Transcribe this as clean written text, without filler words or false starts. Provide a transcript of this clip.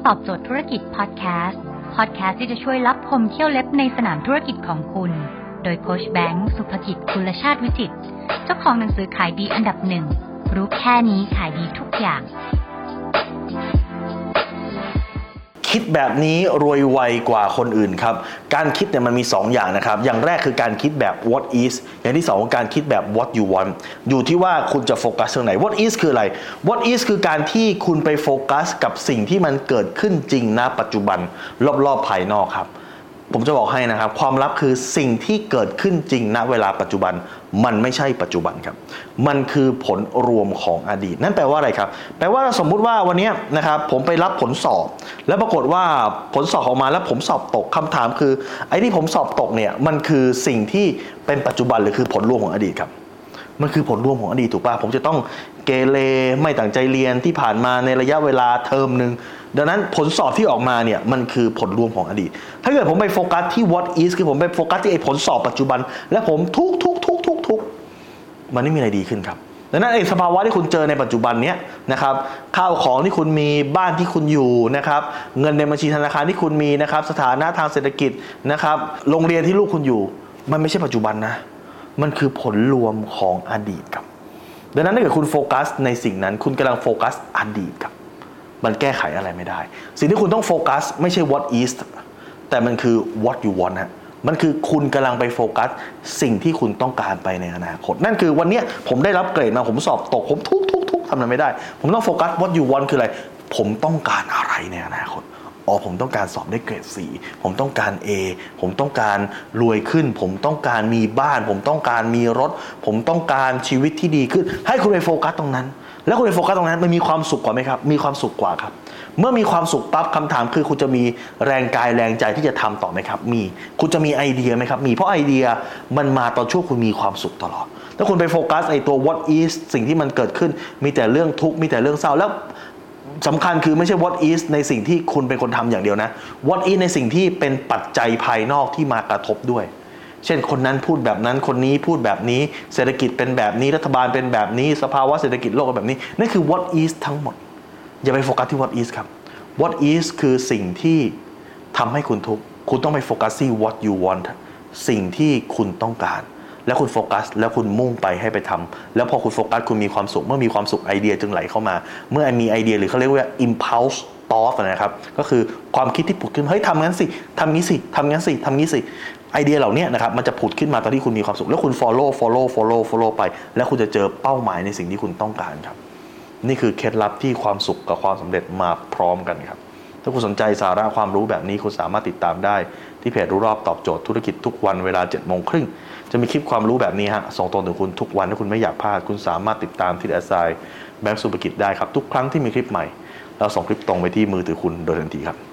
ตอบโจทย์ธุรกิจพอดแคสต์ที่จะช่วยลับพมเที่ยวเล็บในสนามธุรกิจของคุณโดยโค้ชแบงค์สุภกิจกุลชาติวิจิตรเจ้าของหนังสือขายดีอันดับหนึ่งรู้แค่นี้ขายดีทุกอย่างคิดแบบนี้รวยไวกว่าคนอื่นครับการคิดเนี่ยมันมี2อย่างนะครับอย่างแรกคือการคิดแบบ what is อย่างที่2การคิดแบบ what you want อยู่ที่ว่าคุณจะโฟกัสตรงไหน what is คืออะไร what is คือการที่คุณไปโฟกัสกับสิ่งที่มันเกิดขึ้นจริงณปัจจุบันรอบๆภายนอกครับผมจะบอกให้นะครับความลับคือสิ่งที่เกิดขึ้นจริงณเวลาปัจจุบันมันไม่ใช่ปัจจุบันครับมันคือผลรวมของอดีตนั่นแปลว่าอะไรครับแปลว่าสมมุติว่าวันนี้นะครับผมไปรับผลสอบแล้วปรากฏว่าผลสอบออกมาแล้วผมสอบตกคำถามคือไอ้ที่ผมสอบตกเนี่ยมันคือสิ่งที่เป็นปัจจุบันหรือคือผลรวมของอดีตครับมันคือผลรวมของอดีตถูกป่ะผมจะต้องเกเรไม่ตั้งใจเรียนที่ผ่านมาในระยะเวลาเทอมนึงดังนั้นผลสอบที่ออกมาเนี่ยมันคือผลรวมของอดีตถ้าเกิดผมไปโฟกัสที่ what is คือผมไปโฟกัสที่ไอ้ผลสอบปัจจุบันและผมทุกมันไม่มีอะไรดีขึ้นครับดังนั้นไอ้สภาวะที่คุณเจอในปัจจุบันเนี้ยนะครับข้าวของที่คุณมีบ้านที่คุณอยู่นะครับเงินในบัญชีธนาคารที่คุณมีนะครับสถานะทางเศรษฐกิจนะครับโรงเรียนที่ลูกคุณอยู่มันไม่ใช่ปัจจุบันนะมันคือผลรวมของอดีตครับดังนั้นถ้าเกิดคุณโฟกัสในสิ่งนั้นคุณกำลังโฟกัสอดีตครับมันแก้ไขอะไรไม่ได้สิ่งที่คุณต้องโฟกัสไม่ใช่ what is แต่มันคือ what you want นะมันคือคุณกำลังไปโฟกัสสิ่งที่คุณต้องการไปในอนาคตนั่นคือวันนี้ผมได้รับเกรดมาผมสอบตกผมทุกทำอะไรไม่ได้ผมต้องโฟกัส what you want คืออะไรผมต้องการอะไรในอนาคตผมต้องการสอบได้เกรด 4ผมต้องการ A ผมต้องการรวยขึ้นผมต้องการมีบ้านผมต้องการมีรถผมต้องการชีวิตที่ดีขึ้นให้คุณไปโฟกัสตรงนั้นแล้วคุณไปโฟกัสตรงนั้นมันมีความสุขกว่าไหมครับมีความสุขกว่าครับเมื่อมีความสุขปั๊บคำถามคือคุณจะมีแรงกายแรงใจที่จะทำต่อไหมครับมีคุณจะมีไอเดียไหมครับมีเพราะไอเดียมันมาตอนช่วงคุณมีความสุขตลอดถ้าคุณไปโฟกัสไอตัว what is สิ่งที่มันเกิดขึ้นมีแต่เรื่องทุกข์มีแต่เรื่องเศร้าแล้วสำคัญคือไม่ใช่ what is ในสิ่งที่คุณเป็นคนทำอย่างเดียวนะ what is ในสิ่งที่เป็นปัจจัยภายนอกที่มากระทบด้วยเช่นคนนั้นพูดแบบนั้นคนนี้พูดแบบนี้เศรษฐกิจเป็นแบบนี้รัฐบาลเป็นแบบนี้สภาวะเศรษฐกิจโลกเป็นแบบนี้นั่นคือ what is ทั้งหมดอย่าไปโฟกัสที่ what is ครับ what is คือสิ่งที่ทำให้คุณทุกข์คุณต้องไปโฟกัสที่ what you want สิ่งที่คุณต้องการแล้วคุณโฟกัสแล้วคุณมุ่งไปให้ไปทำแล้วพอคุณโฟกัสคุณมีความสุขเมื่อมีความสุขไอเดียจึงไหลเข้ามาเมื่อมีไอเดียหรือเขาเรียกว่า impulse thought นะครับก็คือความคิดที่ผุดขึ้นเฮ้ยทำงั้นสิทำงี้สิทำงั้นสิทำงี้สิไอเดียเหล่านี้นะครับมันจะผุดขึ้นมาตอนที่คุณมีความสุขแล้วคุณ follow ไปแล้วคุณจะเจอเป้าหมายในสิ่งที่คุณต้องการครับนี่คือเคล็ดลับที่ความสุขกับความสำเร็จมาพร้อมกันครับถ้าคุณสนใจสาระความรู้แบบนี้คุณสามารถติดตามได้ที่เพจรู้รอบตอบโจทย์ธุรกิจทุกวันเวลา 7:30 น.จะมีคลิปความรู้แบบนี้ฮะส่งตรงถึงคุณทุกวันถ้าคุณไม่อยากพลาดคุณสามารถติดตามที่@แบงค์สุภกิจได้ครับทุกครั้งที่มีคลิปใหม่เราส่งคลิปตรงไปที่มือถือคุณโดยทันทีครับ